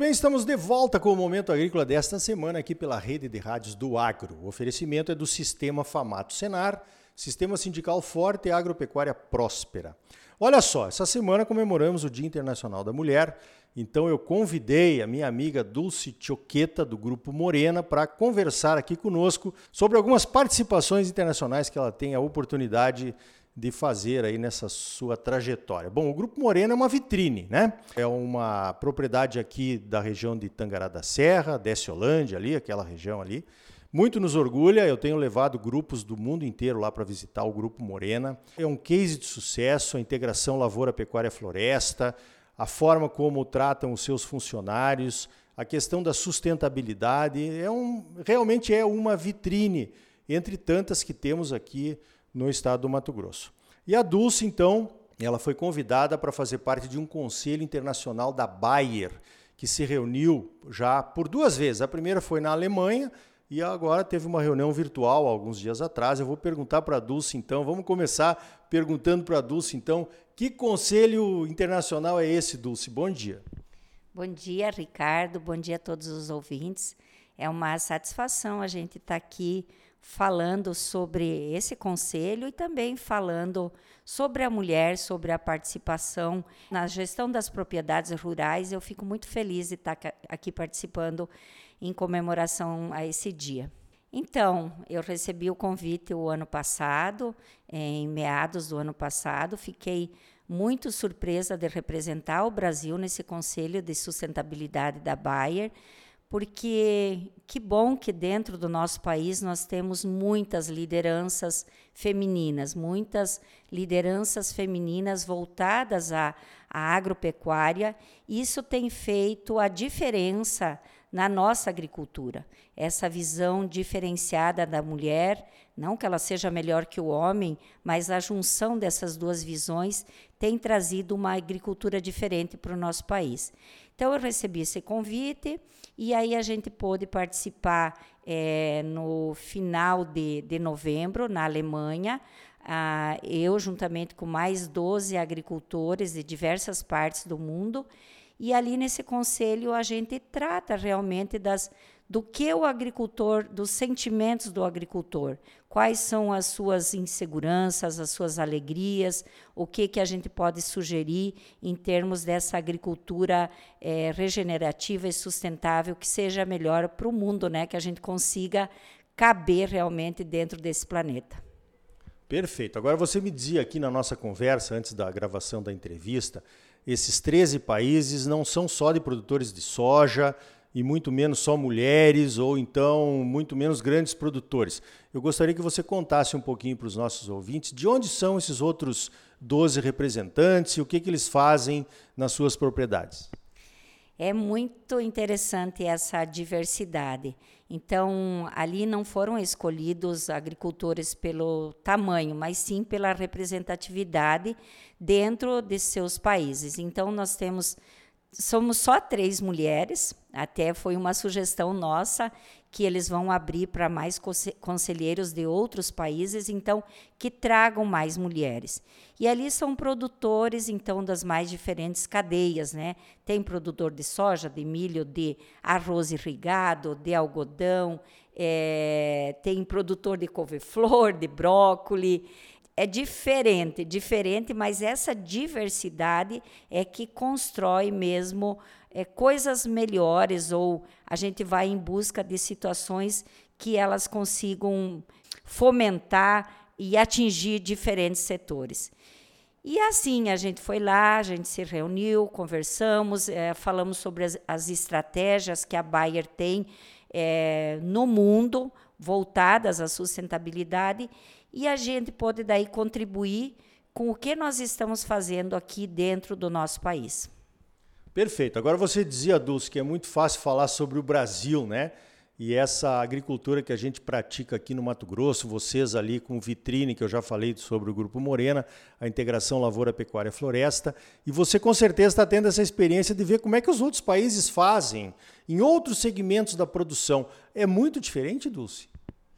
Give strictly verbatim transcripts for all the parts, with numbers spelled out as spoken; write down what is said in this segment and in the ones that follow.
bem, estamos de volta com o Momento Agrícola desta semana aqui pela Rede de Rádios do Agro. O oferecimento é do Sistema Famato Senar, Sistema Sindical Forte e Agropecuária Próspera. Olha só, essa semana comemoramos o Dia Internacional da Mulher, então eu convidei a minha amiga Dulce Choqueta, do Grupo Morena, para conversar aqui conosco sobre algumas participações internacionais que ela tem a oportunidade de fazer aí nessa sua trajetória. Bom, o Grupo Morena é uma vitrine, né? É uma propriedade aqui da região de Tangará da Serra, Desciolândia ali, aquela região ali. Muito nos orgulha, eu tenho levado grupos do mundo inteiro lá para visitar o Grupo Morena. É um case de sucesso, a integração lavoura-pecuária-floresta, a forma como tratam os seus funcionários, a questão da sustentabilidade, é um, realmente é uma vitrine entre tantas que temos aqui no estado do Mato Grosso. E a Dulce, então, ela foi convidada para fazer parte de um conselho internacional da Bayer, que se reuniu já por duas vezes. A primeira foi na Alemanha e agora teve uma reunião virtual alguns dias atrás. Eu vou perguntar para a Dulce, então, vamos começar perguntando para a Dulce, então, que conselho internacional é esse, Dulce? Bom dia. Bom dia, Ricardo. Bom dia a todos os ouvintes. É uma satisfação a gente estar aqui falando sobre esse conselho e também falando sobre a mulher, sobre a participação na gestão das propriedades rurais. Eu fico muito feliz de estar aqui participando em comemoração a esse dia. Então, eu recebi o convite o ano passado, em meados do ano passado, fiquei muito surpresa de representar o Brasil nesse Conselho de Sustentabilidade da Bayer, porque que bom que dentro do nosso país nós temos muitas lideranças femininas, muitas lideranças femininas voltadas à, à agropecuária. Isso tem feito a diferença na nossa agricultura. Essa visão diferenciada da mulher, não que ela seja melhor que o homem, mas a junção dessas duas visões tem trazido uma agricultura diferente para o nosso país. Então, eu recebi esse convite e aí a gente pôde participar é, no final de, de novembro, na Alemanha. Ah, eu, juntamente com mais doze agricultores de diversas partes do mundo, e ali nesse conselho a gente trata realmente das, do que o agricultor, dos sentimentos do agricultor, quais são as suas inseguranças, as suas alegrias, o que, que a gente pode sugerir em termos dessa agricultura é, regenerativa e sustentável que seja melhor para o mundo, né? Que a gente consiga caber realmente dentro desse planeta. Perfeito. Agora você me dizia aqui na nossa conversa, antes da gravação da entrevista, esses treze países não são só de produtores de soja e muito menos só mulheres ou então muito menos grandes produtores. Eu gostaria que você contasse um pouquinho para os nossos ouvintes de onde são esses outros doze representantes e o que, que eles fazem nas suas propriedades. É muito interessante essa diversidade. Então, ali não foram escolhidos agricultores pelo tamanho, mas sim pela representatividade dentro de seus países. Então, nós temos, somos só três mulheres, até foi uma sugestão nossa, que eles vão abrir para mais conselheiros de outros países, então, que tragam mais mulheres. E ali são produtores, então, das mais diferentes cadeias, né? Tem produtor de soja, de milho, de arroz irrigado, de algodão, é, tem produtor de couve-flor, de brócolis. É diferente, diferente, mas essa diversidade é que constrói mesmo é, coisas melhores, ou a gente vai em busca de situações que elas consigam fomentar e atingir diferentes setores. E assim, a gente foi lá, a gente se reuniu, conversamos, é, falamos sobre as, as estratégias que a Bayer tem é, no mundo, voltadas à sustentabilidade, e a gente pode daí contribuir com o que nós estamos fazendo aqui dentro do nosso país. Perfeito. Agora você dizia, Dulce, que é muito fácil falar sobre o Brasil, né? E essa agricultura que a gente pratica aqui no Mato Grosso, vocês ali com vitrine, que eu já falei sobre o Grupo Morena, a integração lavoura-pecuária-floresta, e você com certeza está tendo essa experiência de ver como é que os outros países fazem em outros segmentos da produção. É muito diferente, Dulce?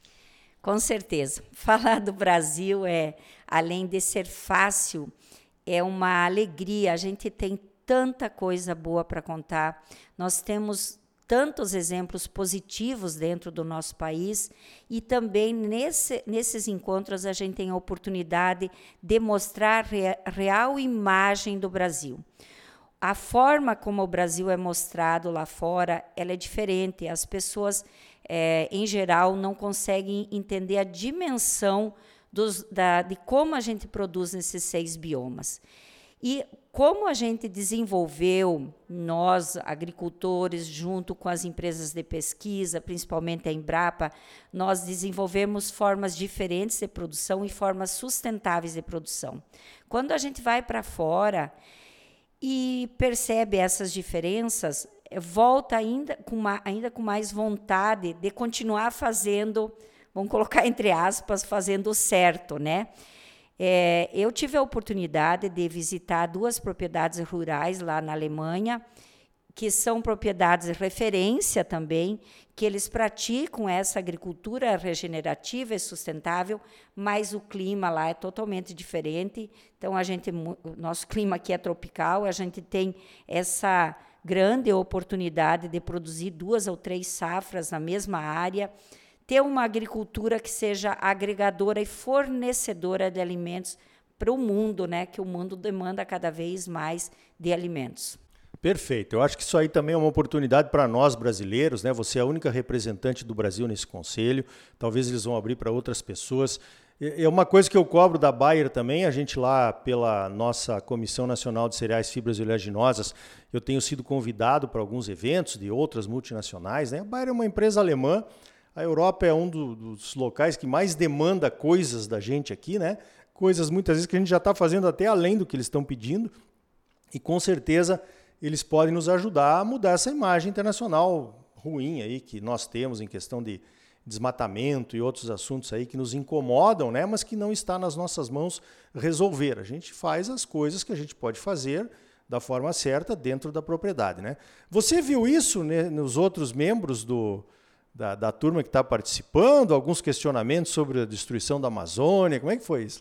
Com certeza. Falar do Brasil é, além de ser fácil, é uma alegria. A gente tem tanta coisa boa para contar, nós temos tantos exemplos positivos dentro do nosso país e também nesse, nesses encontros a gente tem a oportunidade de mostrar a real imagem do Brasil. A forma como o Brasil é mostrado lá fora, ela é diferente. As pessoas, é, em geral, não conseguem entender a dimensão dos, da, de como a gente produz nesses seis biomas. E como a gente desenvolveu, nós, agricultores, junto com as empresas de pesquisa, principalmente a Embrapa, nós desenvolvemos formas diferentes de produção e formas sustentáveis de produção. Quando a gente vai para fora e percebe essas diferenças, volta ainda com, uma, ainda com mais vontade de continuar fazendo, vamos colocar entre aspas, fazendo o certo, né? É, eu tive a oportunidade de visitar duas propriedades rurais lá na Alemanha, que são propriedades de referência também, que eles praticam essa agricultura regenerativa e sustentável, mas o clima lá é totalmente diferente. Então, a gente, o nosso clima aqui é tropical, a gente tem essa grande oportunidade de produzir duas ou três safras na mesma área, ter uma agricultura que seja agregadora e fornecedora de alimentos para o mundo, né? Que o mundo demanda cada vez mais de alimentos. Perfeito. Eu acho que isso aí também é uma oportunidade para nós brasileiros, né? Você é a única representante do Brasil nesse conselho. Talvez eles vão abrir para outras pessoas. É uma coisa que eu cobro da Bayer também, a gente lá pela nossa Comissão Nacional de Cereais, Fibras e Oleaginosas, eu tenho sido convidado para alguns eventos de outras multinacionais, né? A Bayer é uma empresa alemã. A Europa é um do, dos locais que mais demanda coisas da gente aqui, né? Coisas muitas vezes que a gente já está fazendo até além do que eles estão pedindo. E com certeza eles podem nos ajudar a mudar essa imagem internacional ruim aí que nós temos em questão de desmatamento e outros assuntos aí que nos incomodam, né? Mas que não está nas nossas mãos resolver. A gente faz as coisas que a gente pode fazer da forma certa dentro da propriedade, né? Você viu isso, né, nos outros membros do Da, da turma que está participando, alguns questionamentos sobre a destruição da Amazônia, como é que foi isso?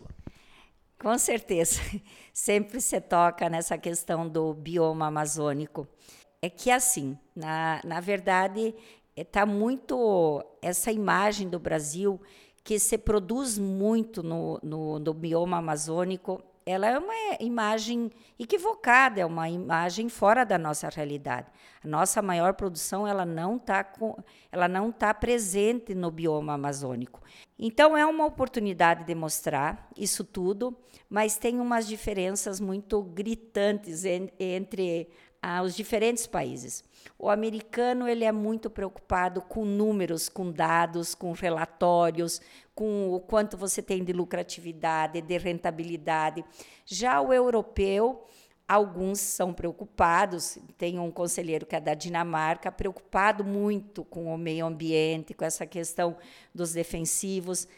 Com certeza, sempre se toca nessa questão do bioma amazônico. É que assim, na, na verdade, está muito essa imagem do Brasil que se produz muito no, no, no bioma amazônico, ela é uma imagem equivocada, é uma imagem fora da nossa realidade. A nossa maior produção ela não está ela não tá presente no bioma amazônico. Então, é uma oportunidade de mostrar isso tudo, mas tem umas diferenças muito gritantes en, entre ah, os diferentes países. O americano ele é muito preocupado com números, com dados, com relatórios, com o quanto você tem de lucratividade, de rentabilidade. Já o europeu, alguns são preocupados. Tem um conselheiro que é da Dinamarca, preocupado muito com o meio ambiente, com essa questão dos defensivos,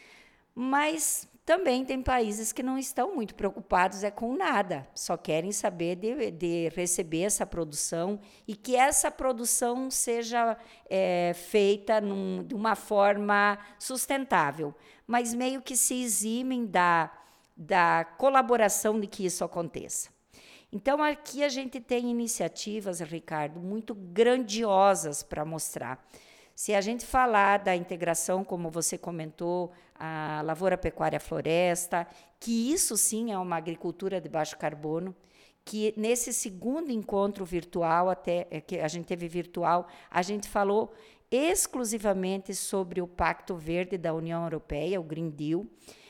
mas também tem países que não estão muito preocupados é com nada, só querem saber de, de receber essa produção e que essa produção seja é, feita num, de uma forma sustentável, mas meio que se eximem da, da colaboração de que isso aconteça. Então, aqui a gente tem iniciativas, Ricardo, muito grandiosas para mostrar. Se a gente falar da integração, como você comentou, a lavoura, pecuária, floresta, que isso sim é uma agricultura de baixo carbono, que nesse segundo encontro virtual, até que a gente teve virtual, a gente falou exclusivamente sobre o Pacto Verde da União Europeia, o Green Deal,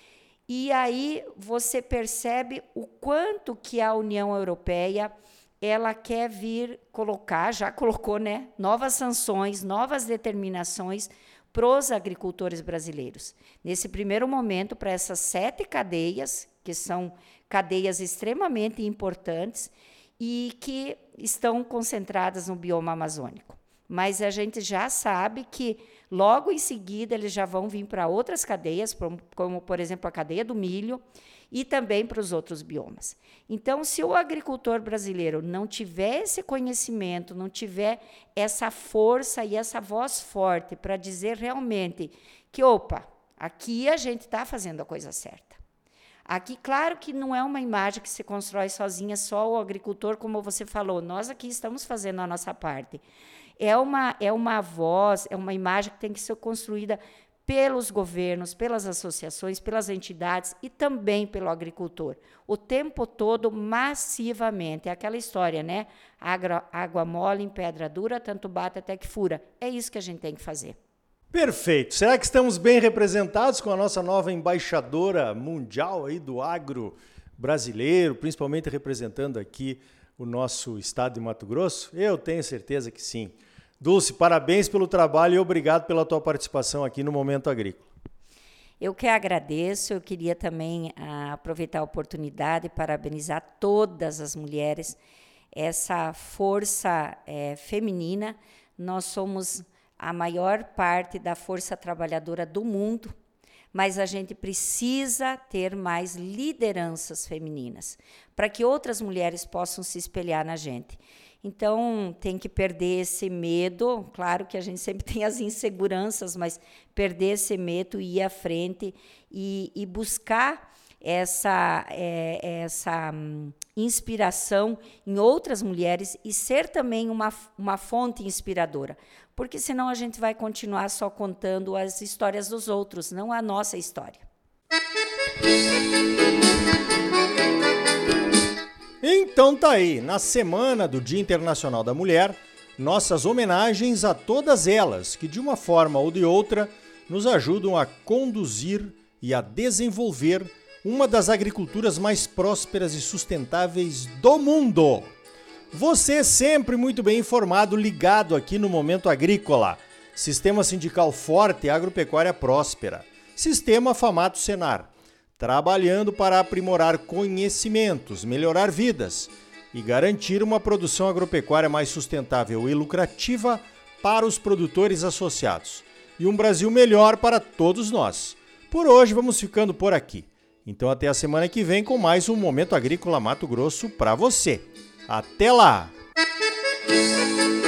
e aí você percebe o quanto que a União Europeia ela quer vir colocar, já colocou, né, novas sanções, novas determinações para os agricultores brasileiros. Nesse primeiro momento, para essas sete cadeias, que são cadeias extremamente importantes e que estão concentradas no bioma amazônico. Mas a gente já sabe que, logo em seguida, eles já vão vir para outras cadeias, como, por exemplo, a cadeia do milho, e também para os outros biomas. Então, se o agricultor brasileiro não tiver esse conhecimento, não tiver essa força e essa voz forte para dizer realmente que, opa, aqui a gente está fazendo a coisa certa. Aqui, claro que não é uma imagem que se constrói sozinha, só o agricultor, como você falou. Nós aqui estamos fazendo a nossa parte. É uma, é uma voz, é uma imagem que tem que ser construída pelos governos, pelas associações, pelas entidades e também pelo agricultor. O tempo todo, massivamente. É aquela história, né? Água, água mole em pedra dura, tanto bate até que fura. É isso que a gente tem que fazer. Perfeito. Será que estamos bem representados com a nossa nova embaixadora mundial aí do agro brasileiro, principalmente representando aqui o nosso estado de Mato Grosso? Eu tenho certeza que sim. Dulce, parabéns pelo trabalho e obrigado pela tua participação aqui no Momento Agrícola. Eu que agradeço, eu queria também ah, aproveitar a oportunidade e parabenizar todas as mulheres, essa força é, feminina. Nós somos a maior parte da força trabalhadora do mundo, mas a gente precisa ter mais lideranças femininas, para que outras mulheres possam se espelhar na gente. Então, tem que perder esse medo. Claro que a gente sempre tem as inseguranças, mas perder esse medo e ir à frente e, e buscar essa, é, essa hum, inspiração em outras mulheres e ser também uma, uma fonte inspiradora. Porque senão a gente vai continuar só contando as histórias dos outros, não a nossa história. Então tá aí, na semana do Dia Internacional da Mulher, nossas homenagens a todas elas que, de uma forma ou de outra, nos ajudam a conduzir e a desenvolver uma das agriculturas mais prósperas e sustentáveis do mundo. Você sempre muito bem informado, ligado aqui no Momento Agrícola. Sistema Sindical Forte e Agropecuária Próspera. Sistema Famato Senar. Trabalhando para aprimorar conhecimentos, melhorar vidas e garantir uma produção agropecuária mais sustentável e lucrativa para os produtores associados. E um Brasil melhor para todos nós. Por hoje vamos ficando por aqui. Então até a semana que vem com mais um Momento Agrícola Mato Grosso para você. Até lá!